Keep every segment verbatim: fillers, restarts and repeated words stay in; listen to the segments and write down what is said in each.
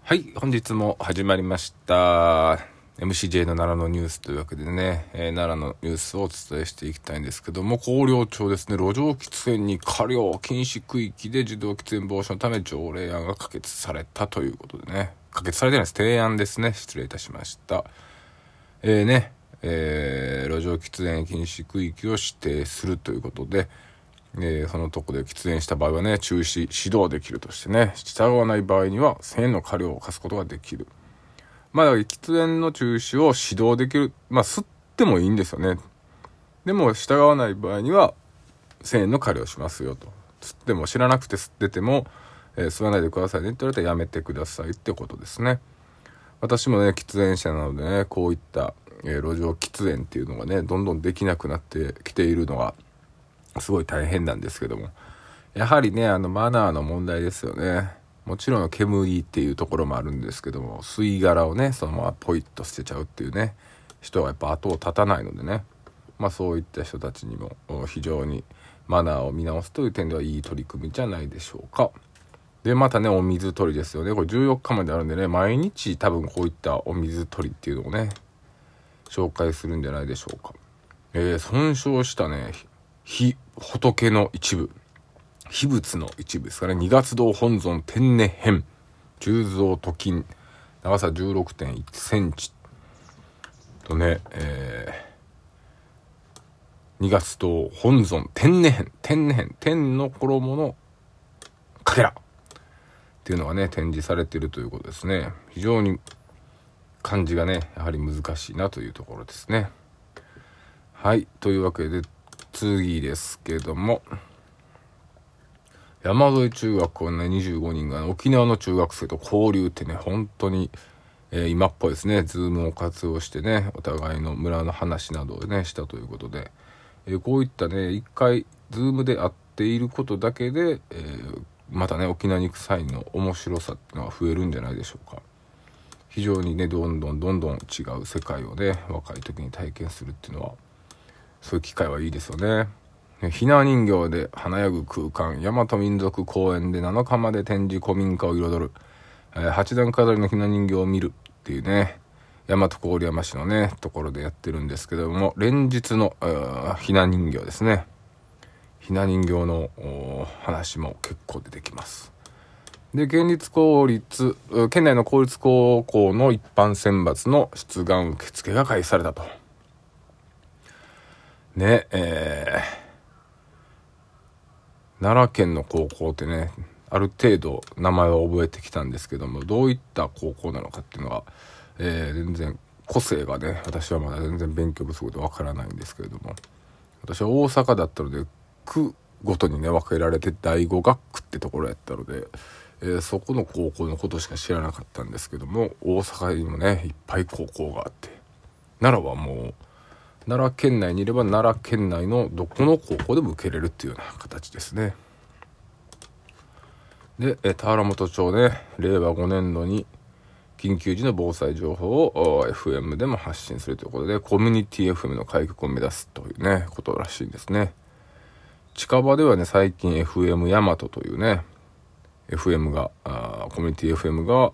はい、本日も始まりました エムシージェー の奈良のニュースというわけでね、えー、奈良のニュースをお伝えしていきたいんですけども、広陵町ですね、路上喫煙に過料禁止区域で児童喫煙防止のため条例案が可決されたということでね、可決されてないです、提案ですね、失礼いたしました。えーね、えー、路上喫煙禁止区域を指定するということで、えー、そのとこで喫煙した場合はね、中止指導できるとしてね、従わない場合にはせんえんの過料を課すことができる。まあだから喫煙の中止を指導できる。まあ吸ってもいいんですよね。でも従わない場合にはせんえんの過料しますよと。吸っても知らなくて吸ってても、えー、吸わないでくださいねって言われたらやめてくださいってことですね。私もね、喫煙者なのでね、こういった、えー、路上喫煙っていうのがね、どんどんできなくなってきているのがすごい大変なんですけども、やはりね、あのマナーの問題ですよね。もちろん煙っていうところもあるんですけども、吸い殻をねそのままポイッと捨てちゃうっていうね人がやっぱ後を絶たないのでね、まあそういった人たちにも非常にマナーを見直すという点ではいい取り組みじゃないでしょうか。でまたね、お水取りですよね。これじゅうよっかまであるんでね、毎日多分こういったお水取りっていうのをね紹介するんじゃないでしょうか。えー、損傷したね非仏の一部、秘仏の一部ですかね。二月堂本尊天音編鋳造都金、長さ じゅうろくてんいちセンチとね、えー、二月堂本尊天音編、天音編、天の衣のかけらっていうのがね展示されているということですね。非常に漢字がねやはり難しいなというところですね。はい、というわけで次ですけども、山沿い中学校の、ね、にじゅうごにんが沖縄の中学生と交流ってね、本当に、えー、今っぽいですね。ズームを活用してね、お互いの村の話などをねしたということで、えー、こういったね一回ズームで会っていることだけで、えー、またね沖縄に行く際の面白さっていうのが増えるんじゃないでしょうか。非常にねどんどんどんどん違う世界をね若い時に体験するっていうのは、そういう機会はいいですよね。ひな人形で華やぐ空間、大和民族公園でなのかまで展示古民家を彩る、えー、八段飾りのひな人形を見るっていうね、大和郡山市のねところでやってるんですけども、連日のひな人形ですね。ひな人形の話も結構出てきます。で、県立公立県内の公立高校の一般選抜の出願受付が開始されたとね。えー、奈良県の高校ってね、ある程度名前は覚えてきたんですけども、どういった高校なのかっていうのは、えー、全然個性がね、私はまだ全然勉強不足でわからないんですけれども、私は大阪だったので区ごとにね分けられて第五学区ってところやったので、えー、そこの高校のことしか知らなかったんですけども、大阪にもねいっぱい高校があって、奈良はもう奈良県内にいれば奈良県内のどこの高校でも受けれるっていうような形ですね。で、え田原本町ね、れいわごねんどに緊急時の防災情報を エフエム でも発信するということで、コミュニティ エフエム の開局を目指すというねことらしいんですね。近場ではね、最近 エフエム 大和というね エフエム があコミュニティ エフエム が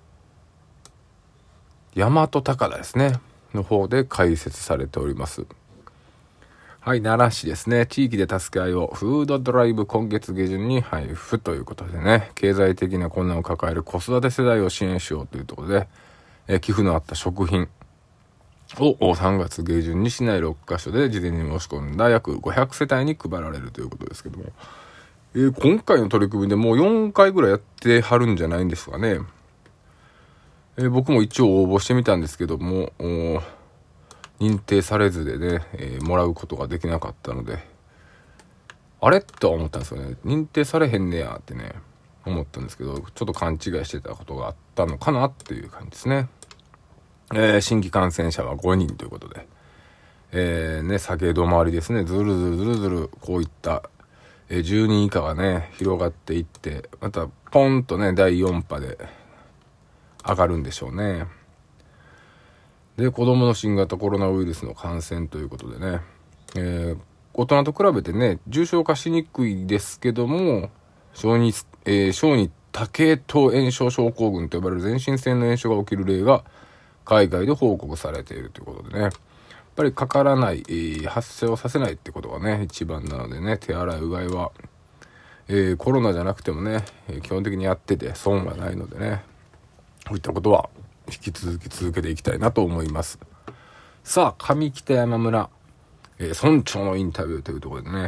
大和高田ですねの方で開設されております。はい、奈良市ですね。地域で助け合いをフードドライブ今月下旬に配布ということでね、経済的な困難を抱える子育て世代を支援しようというところで、え寄付のあった食品をさんがつ下旬に市内ろっかしょで事前に申し込んだ約ごひゃくせたいに配られるということですけども、えー、今回の取り組みでもうよんかいぐらいやってはるんじゃないんですかね。えー、僕も一応応募してみたんですけども、認定されずでね、えー、もらうことができなかったので、あれとは思ったんですよね。認定されへんねやってね思ったんですけど、ちょっと勘違いしてたことがあったのかなっていう感じですね。えー、新規感染者はごにんということで、えー、ね、下げ止まりですね。ずるずるずるずるこういった、えー、じゅうにん以下がね広がっていって、またポンとねだいよん波で上がるんでしょうね。で、子供の新型コロナウイルスの感染ということでね、えー、大人と比べてね重症化しにくいですけども、小児、えー、小児多系統炎症症候群と呼ばれる全身性の炎症が起きる例が海外で報告されているということでね、やっぱりかからない、えー、発生をさせないってことがね一番なのでね、手洗いうがいは、えー、コロナじゃなくてもね、えー、基本的にやってて損はないのでね、こういったことは引き続き続けていきたいなと思います。さあ、上北山村、えー、村長のインタビューというところでね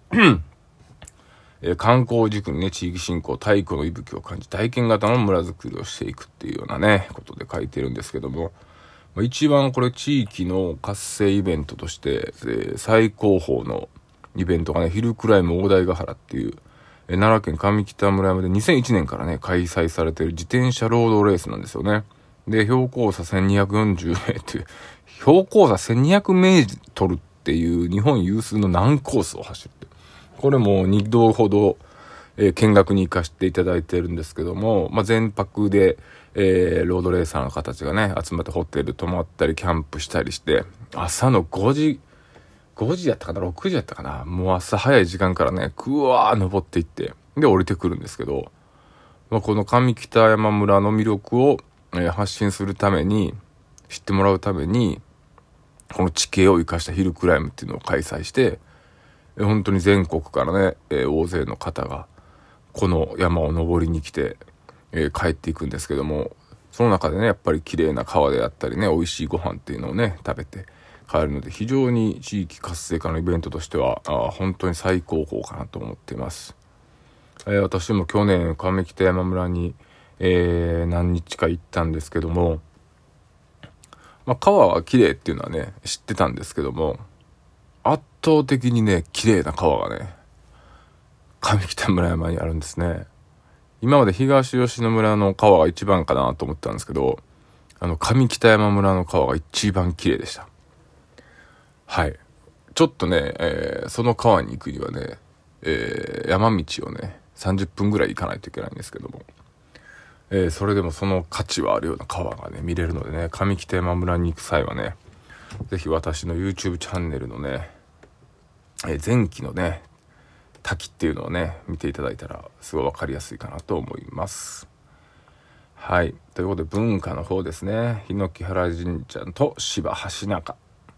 えー、観光軸にね地域振興体育の息吹を感じ体験型の村づくりをしていくっていうようなねことで書いてるんですけども、まあ、一番これ地域の活性イベントとして、えー、最高峰のイベントがねヒルクライム大台ヶ原っていう、えー、奈良県上北村山でにせんいちねんからね開催されている自転車ロードレースなんですよね。で標高差せんにひゃくよんじゅうメートル標高差せんにひゃくメートルっていう日本有数の難コースを走るって、これもにどほど、えー、見学に行かせていただいてるんですけども、まあ、全泊で、えー、ロードレーサーの方たちがね集まってホテル泊まったりキャンプしたりして朝のごじごじやったかなろくじやったかな、もう朝早い時間からねくわー登っていってで降りてくるんですけど、まあ、この上北山村の魅力を、えー、発信するために知ってもらうためにこの地形を生かしたヒルクライムっていうのを開催して本当に全国からね、えー、大勢の方がこの山を登りに来て、えー、帰っていくんですけども、その中でねやっぱり綺麗な川であったりね美味しいご飯っていうのをね食べて帰るので非常に地域活性化のイベントとしてはあ本当に最高峰かなと思っています。えー、私も去年上北山村に、えー、何日か行ったんですけども、まあ、川は綺麗っていうのはね知ってたんですけども、圧倒的にね綺麗な川がね上北村山にあるんですね。今まで東吉野村の川が一番かなと思ったんですけど、あの上北山村の川が一番綺麗でした。はい、ちょっとね、えー、その川に行くにはね、えー、山道をねさんじゅっぷんぐらい行かないといけないんですけども、えー、それでもその価値はあるような川がね見れるのでね、上北山村に行く際はねぜひ私の YouTube チャンネルのね、えー、前期のね滝っていうのをね見ていただいたらすごい分かりやすいかなと思います。はい、ということで文化の方ですね、檜原神社と芝橋中、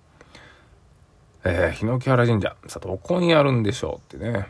えー、檜原神社さあどこにあるんでしょうってね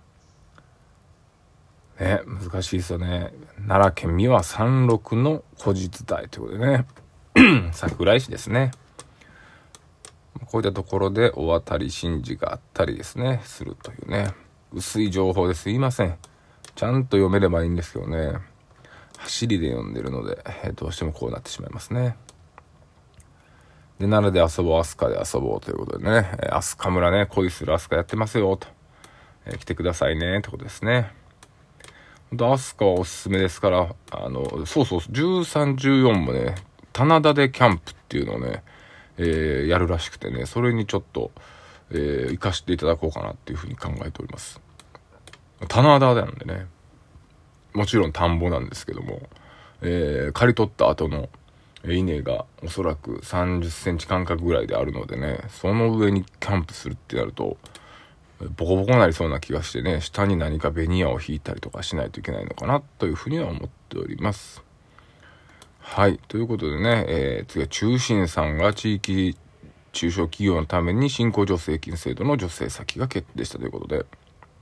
ね難しいですよね。奈良県三輪山麓の古実台ということでね桜井市ですね。こういったところでお渡り神事があったりですねするというね薄い情報ですいません。ちゃんと読めればいいんですけどね走りで読んでるので、えー、どうしてもこうなってしまいますね。で奈良で遊ぼう飛鳥で遊ぼうということでね、えー、飛鳥村ね恋する飛鳥やってますよと、えー、来てくださいねってことですね。ほんと飛鳥はおすすめですから、あのそうそうじゅうさん、じゅうよんもね棚田でキャンプっていうのをね、えー、やるらしくてね、それにちょっとえー、生かしていただこうかなっていうふうに考えております。棚田なんでねもちろん田んぼなんですけども、えー、刈り取った後の稲がおそらくさんじゅっセンチ間隔ぐらいであるのでね、その上にキャンプするってなるとボコボコになりそうな気がしてね、下に何かベニヤを引いたりとかしないといけないのかなというふうには思っております。はい、ということでね、えー、次は中信さんが地域中小企業のために新興助成金制度の助成先が決定したということで、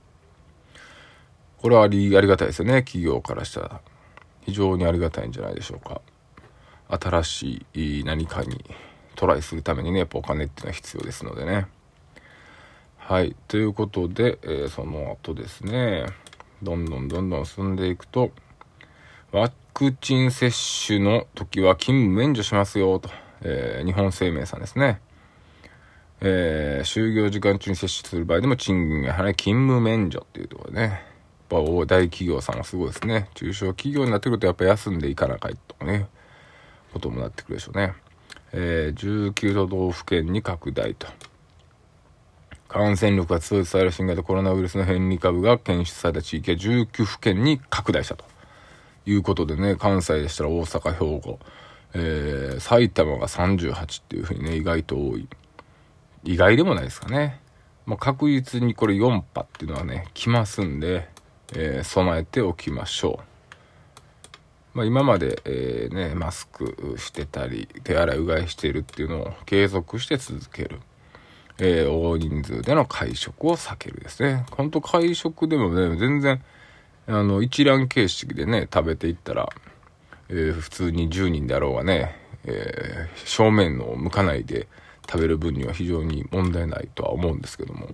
これはあり、ありがたいですよね。企業からしたら非常にありがたいんじゃないでしょうか。新しい何かにトライするためにねやっぱお金っていうのは必要ですのでね。はい、ということで、えー、その後ですねどんどんどんどん進んでいくと、ワクチン接種の時は勤務免除しますよと、えー、日本生命さんですね。えー、就業時間中に接種する場合でも賃金や払い勤務免除っていうところでね、やっぱ大企業さんはすごいですね。中小企業になってくるとやっぱ休んでいかなかいとかねこともなってくるでしょうね。えー、じゅうきゅう都道府県に拡大と、感染力が強いとされる新型コロナウイルスの変異株が検出された地域はじゅうきゅう府県に拡大したということでね、関西でしたら大阪、兵庫、えー、埼玉がさんじゅうはちっていうふうにね意外と多い、意外でもないですかね。まあ、確実にこれよん波っていうのはね来ますんで、えー、備えておきましょう。 まあ、今まで、えーね、マスクしてたり手洗いうがいしているっていうのを継続して続ける、えー、大人数での会食を避けるですね。本当会食でもね全然あの一覧形式でね食べていったら、えー、普通にじゅうにんであろうがね、えー、正面を向かないで食べる分には非常に問題ないとは思うんですけども、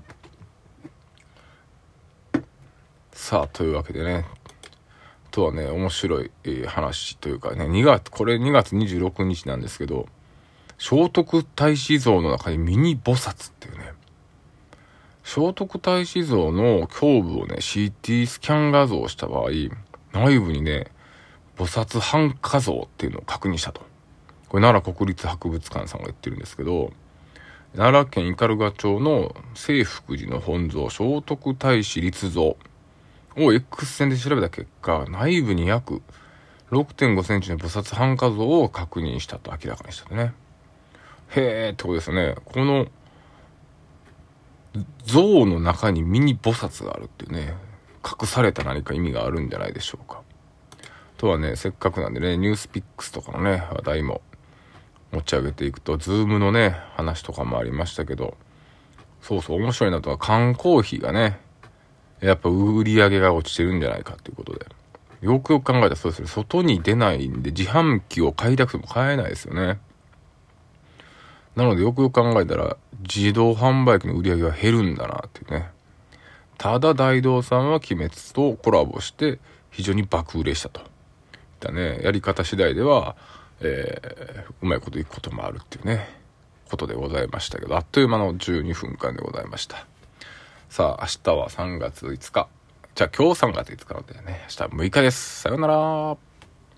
さあというわけでねとはね面白い、えー、話というかねにがつこれにがつにじゅうろくにちなんですけど、聖徳太子像の中にミニ菩薩っていうね、聖徳太子像の胸部をね シーティー スキャン画像をした場合、内部にね菩薩半跏像っていうのを確認したと。これ奈良国立博物館さんが言ってるんですけど、奈良県斑鳩町の清福寺の本像聖徳太子立像を X 線で調べた結果、内部に約 ろくてんごセンチの菩薩半跏像を確認したと明らかにしたね。へーってことですね。この像の中にミニ菩薩があるっていうね、隠された何か意味があるんじゃないでしょうか。とはね、せっかくなんでね、ニュースピックスとかのね話題も持ち上げていくと、ズームのね話とかもありましたけど、そうそう面白いなとは缶コーヒーがねやっぱ売り上げが落ちてるんじゃないかということで、よくよく考えたらそうですね、外に出ないんで自販機を買いたくても買えないですよね。なのでよくよく考えたら自動販売機の売り上げは減るんだなっていうね。ただ大道さんは鬼滅とコラボして非常に爆売れしたといったね、やり方次第では、えー、うまいこといくこともあるっていうねことでございましたけど、あっという間のじゅうにふんかんでございました。さあ明日はさんがついつか、じゃあ今日さんがついつかなのでね、明日はむいかです。さようなら。